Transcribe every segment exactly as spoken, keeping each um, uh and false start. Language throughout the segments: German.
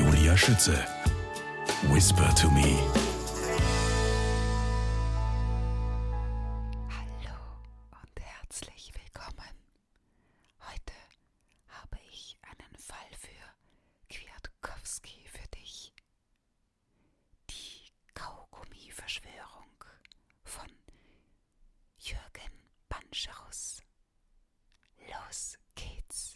Claudia Schütze. Whisper to Me. Hallo und herzlich willkommen. Heute habe ich einen Fall für Kwiatkowski für dich. Die Kaugummi-Verschwörung von Jürgen Bancherus. Los geht's.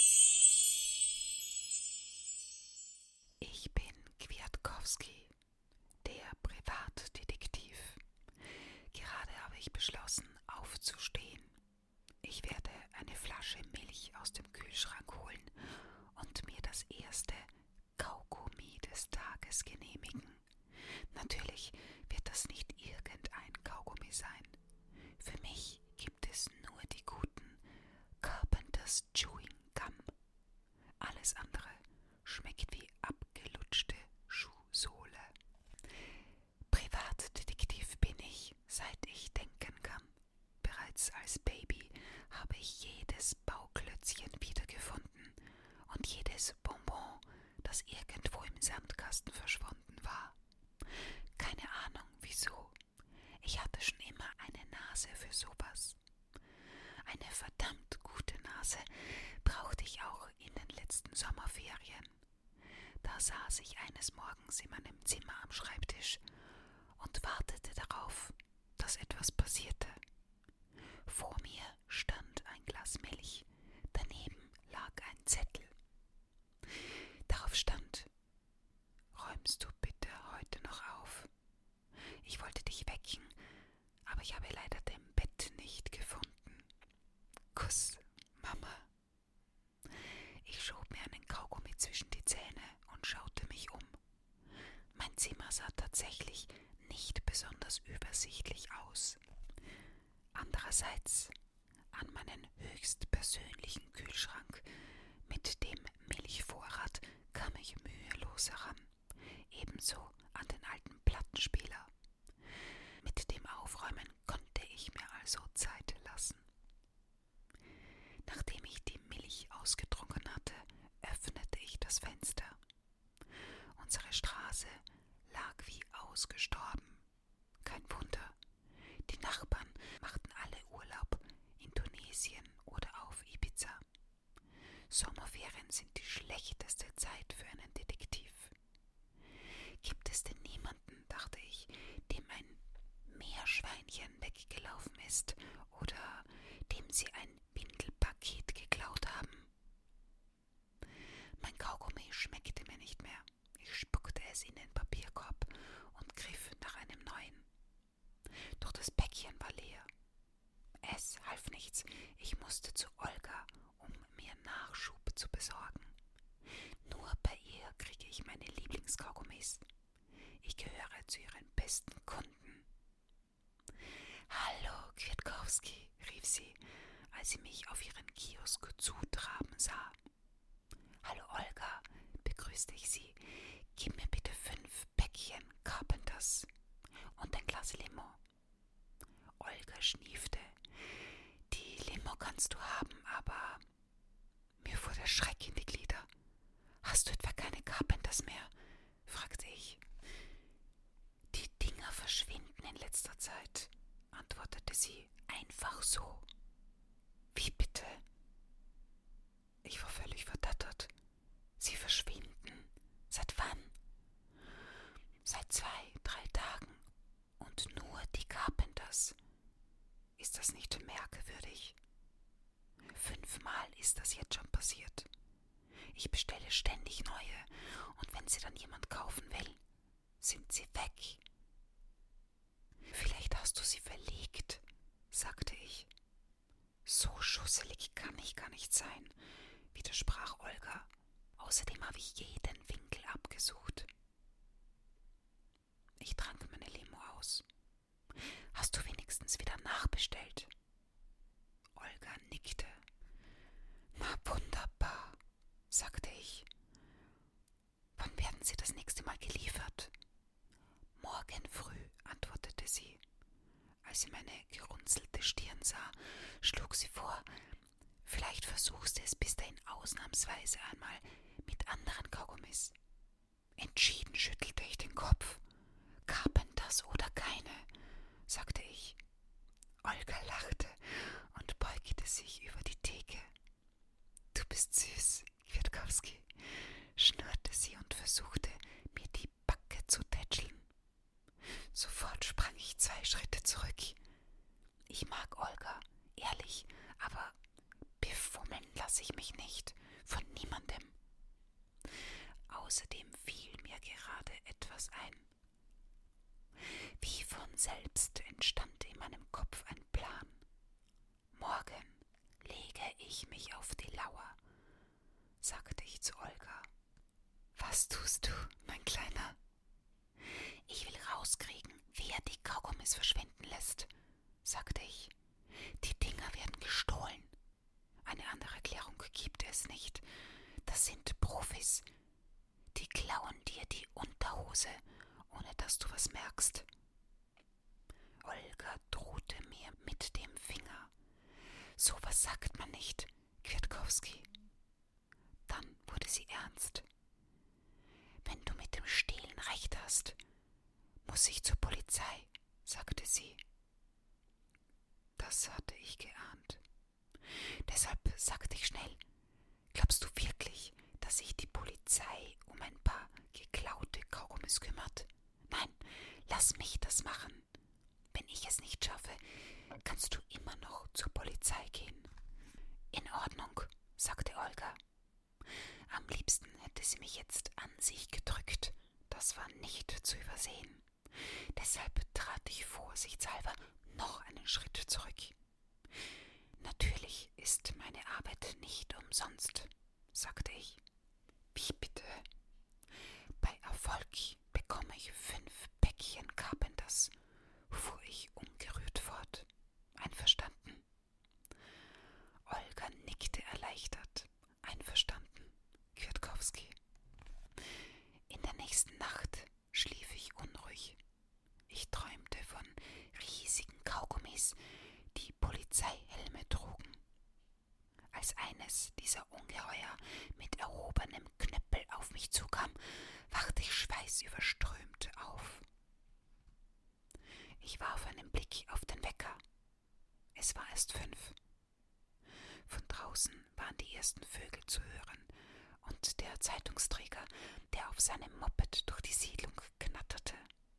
Ich bin Kwiatkowski, der Privatdetektiv. Gerade habe ich beschlossen, aufzustehen. Ich werde eine Flasche Milch aus dem Kühlschrank holen und mir das erste Kaugummi des Tages genehmigen. Natürlich wird das nicht irgendein Kaugummi sein. Für mich gibt es nur die guten Carpenter's Chewing Gum. Alles andere schmeckt wie abgelutschte Schuhsohle. Privatdetektiv bin ich, seit ich denken kann. Bereits als Baby habe ich jedes Bauklötzchen wiedergefunden und jedes Bonbon, das irgendwo im Sandkasten verschwunden war. Keine Ahnung wieso. Ich hatte schon immer eine Nase für sowas. Eine verdammt gute Nase brauchte ich auch in den letzten Sommerferien. Da saß ich eines Morgens in meinem Zimmer am Schreibtisch und wartete darauf, dass etwas passierte. Vor mir stand ein Glas Milch, daneben lag ein Zettel. Darauf stand: Räumst du bitte heute noch auf? Ich wollte dich wecken, aber ich habe leider dein Bett nicht gefunden. Kuss, Mama. Ich schob mir einen Kaugummi zwischen die Zähne und schaute mich um. Mein Zimmer sah tatsächlich nicht besonders übersichtlich aus. Andererseits, an meinen höchst persönlichen Kühlschrank mit dem Milchvorrat kam ich mühelos heran. Ebenso an den alten Plattenspieler. Mit dem Aufräumen konnte ich mir also Zeit lassen. Nachdem ich die Milch ausgetrunken hatte, öffnete ich das Fenster. Unsere Straße lag wie ausgestorben. Kein Wunder. Die Nachbarn machten alle Urlaub in Tunesien oder auf Ibiza. Sommerferien sind die schlechteste Zeit für einen Detektiv. Gibt es denn niemanden, dachte ich, dem ein Meerschweinchen weggelaufen ist oder dem sie ein Windelpaket geklaut haben? Mein Kaugummi schmeckte mir nicht mehr. Ich spuckte es in den Papierkorb und griff nach einem neuen. Doch das Päckchen war leer. Es half nichts. Ich musste zu Olga, um mir Nachschub zu besorgen. Nur bei ihr kriege ich meine Lieblingskaugummis. Ich gehöre zu ihren besten Kunden. Hallo, Kwiatkowski, rief sie, als sie mich auf ihren Kiosk zutraben sah. Hallo Olga, begrüßte ich sie. Gib mir bitte fünf Päckchen Carpenters und ein Glas Limo. Olga schniefte. Die Limo kannst du haben, aber mir fuhr der Schreck in die Glieder. Hast du etwa keine Carpenters mehr? Fragte ich. Die Dinger verschwinden in letzter Zeit, antwortete sie einfach so. Wie bitte? Ich war völlig verdattert. Sie verschwinden. Seit wann? Seit zwei, drei Tagen. Und nur die Carpenters. Ist das nicht merkwürdig? Fünfmal ist das jetzt schon passiert. Ich bestelle ständig neue und wenn sie dann jemand kaufen will, sind sie weg. Vielleicht hast du sie verlegt, sagte ich. So schusselig kann ich gar nicht sein, widersprach Olga. Außerdem habe ich jeden Winkel abgesucht. Ich trank meine Limo aus. Hast du wenigstens wieder nachbestellt? Olga nickte. Na wunderbar, sagte ich. Wann werden sie das nächste Mal geliefert? Morgen früh, antwortete sie. Als sie meine gerunzelte Stirn sah, schlug sie vor, vielleicht versuchst du es bis dahin ausnahmsweise einmal mit anderen Kaugummis. versuchte, mir die Backe zu tätscheln. Sofort sprang ich zwei Schritte zurück. Ich mag Olga, ehrlich, aber befummeln lasse ich mich nicht, von niemandem. Außerdem fiel mir gerade etwas ein. Wie von selbst entstand in meinem Kopf ein Plan. Morgen lege ich mich auf die Lauer, sagte ich zu Olga. Was tust du, mein Kleiner? Ich will rauskriegen, wer die Kaugummis verschwinden lässt, sagte ich. Die Dinger werden gestohlen. Eine andere Erklärung gibt es nicht. Das sind Profis. Die klauen dir die Unterhose, ohne dass du was merkst. Olga drohte mir mit dem Finger. So was sagt man nicht, Kwiatkowski. Dann wurde sie ernst. Wenn du mit dem Stehlen recht hast, muss ich zur Polizei, sagte sie. Das hatte ich geahnt. Deshalb sagte ich schnell, glaubst du wirklich, dass sich die Polizei um ein paar geklaute Kaugummis kümmert? Nein, lass mich das machen. Wenn ich es nicht schaffe, kannst du immer noch zur Polizei gehen. In Ordnung, sagte Olga. Am liebsten hätte sie mich jetzt an sich gedrückt. Das war nicht zu übersehen. Deshalb trat ich vorsichtshalber noch einen Schritt zurück. Natürlich ist meine Arbeit nicht umsonst, sagte ich. Wie bitte? Bei Erfolg bekomme ich fünf Päckchen Carpenters, fuhr ich ungerührt fort. Einverstanden? Olga nickte erleichtert. Einverstanden, Kwiatkowski. In der nächsten Nacht schlief ich unruhig. Ich träumte von riesigen Kaugummis, die Polizeihelme trugen. Als eines dieser Ungeheuer mit erhobenem Knüppel auf mich zukam, wachte ich schweißüberströmt auf. Ich warf einen Blick auf den Wecker. Es war erst fünf. Von draußen waren die ersten Vögel zu hören und der Zeitungsträger, der auf seinem Moped durch die Siedlung knatterte.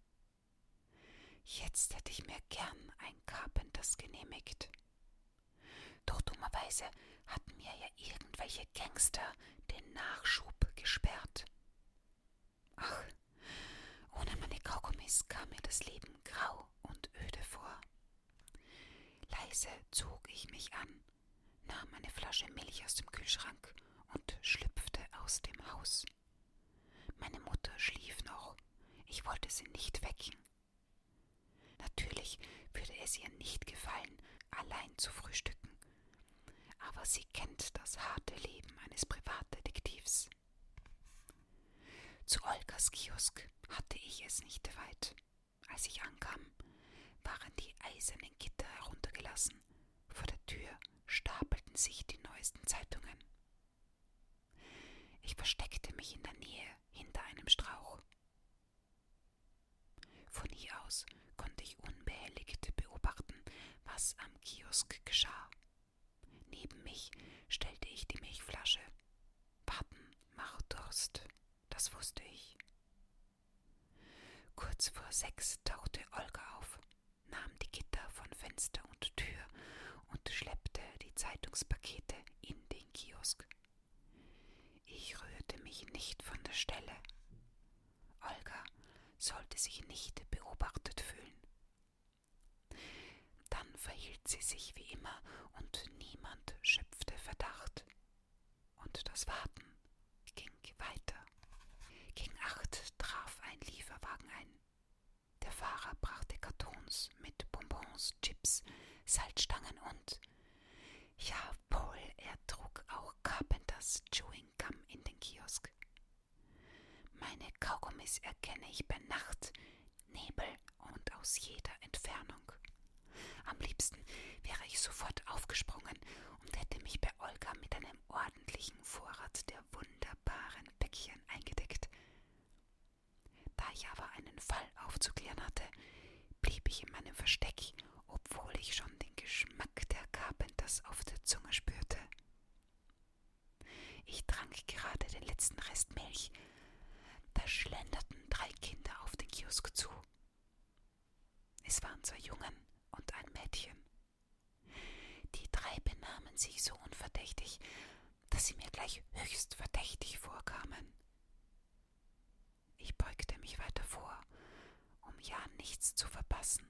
Jetzt hätte ich mir gern ein Carpenters genehmigt. Doch dummerweise hatten mir ja irgendwelche Gangster den Nachschub gesperrt. Ach, ohne meine Kaugummis kam mir das Leben grau und öde vor. Leise zog ich mich an, nahm eine Flasche Milch aus dem Kühlschrank und schlüpfte aus dem Haus. Meine Mutter schlief noch. Ich wollte sie nicht wecken. Natürlich würde es ihr nicht gefallen, allein zu frühstücken. Aber sie kennt das harte Leben eines Privatdetektivs. Zu Olgas Kiosk hatte ich es nicht weit. Als ich ankam, waren die eisernen Gitter heruntergelassen. Vor der Tür stapelten sich die neuesten Zeitungen. Ich versteckte mich in der Nähe hinter einem Strauch. Von hier aus konnte ich unbehelligt beobachten, was am Kiosk geschah. Neben mich stellte ich die Milchflasche. Warten macht Durst, das wusste ich. Kurz vor sechs tauchte Olga auf, nahm die Gitter von Fenster und Tür und schleppte die Zeitungspakete in den Kiosk. Ich rührte mich nicht von der Stelle. Olga sollte sich nicht beobachtet fühlen. Dann verhielt sie sich wie immer und niemand schöpfte Verdacht. Und das Warten ging weiter. Gegen acht traf ein Lieferwagen ein. Der Fahrer brachte Kartons mit Bonbons, Chips, Salzstangen und, jawohl, er trug auch Carpenters Chewing Gum in den Kiosk. Meine Kaugummis erkenne ich bei Nacht, Nebel und aus jeder Entfernung. Am liebsten wäre ich sofort aufgesprungen und hätte mich bei Olga mit einem ordentlichen Vorrat der wunderbaren Päckchen eingedeckt. Da ich aber einen Fall aufzuklären hatte, blieb ich in meinem Versteck, obwohl ich schon den Geschmack der Carpenters auf der Zunge spürte. Ich trank gerade den letzten Rest Milch, Da schlenderten drei Kinder auf den Kiosk zu. Es waren zwei Jungen und ein Mädchen. Die drei benahmen sich so unverdächtig, dass sie mir gleich höchst verdächtig vorkamen. Ich beugte mich weiter vor, um ja nichts zu verpassen.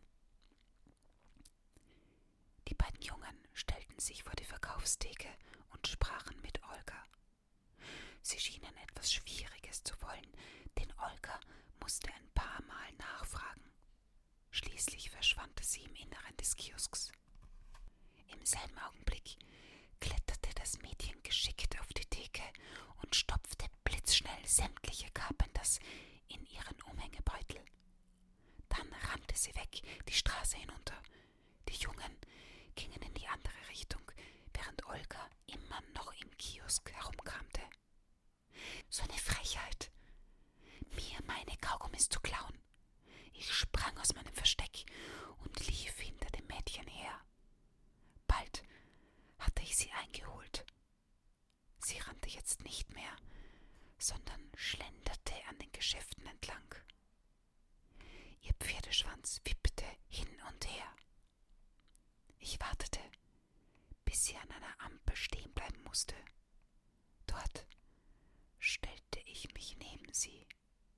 Die beiden Jungen stellten sich vor die Verkaufstheke und sprachen mit Olga. Sie schienen etwas Schwieriges zu wollen, denn Olga musste ein paar Mal nachfragen. Schließlich verschwand sie im Inneren des Kiosks. Im selben Augenblick kletterte das Mädchen geschickt auf die Theke und stopfte blitzschnell sämtliche Carpenters in ihren Umhängebeutel. Dann rannte sie weg, die Straße hinunter. Die Jungen gingen in die andere Richtung, während Olga immer noch im Kiosk herumkramte. So eine Frechheit, mir meine Kaugummis zu klauen. Ich sprang aus meinem Versteck und lief hinter dem Mädchen her. Bald hatte ich sie eingeholt. Sie rannte jetzt nicht mehr, sondern schlenderte an den Geschäften entlang. Ihr Pferdeschwanz wippte hin und her. Ich wartete, bis sie an einer Ampel stehen bleiben musste. Dort stellte ich mich neben sie.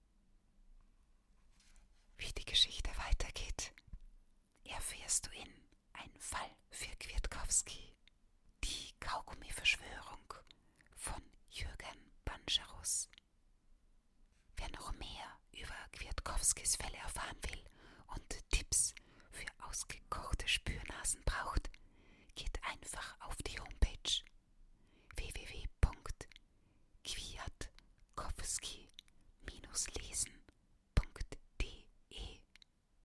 Wie die Geschichte weitergeht, erfährst du in Ein Fall für Kwiatkowski. Die Kaugummi-Verschwörung von Jürgen Bangerus. Wer noch mehr über Kwiatkowskis Fälle erfahren will und Tipps für ausgekochte Spürnasen braucht, geht einfach auf die Homepage w w w punkt kwiatkowski Bindestrich lesen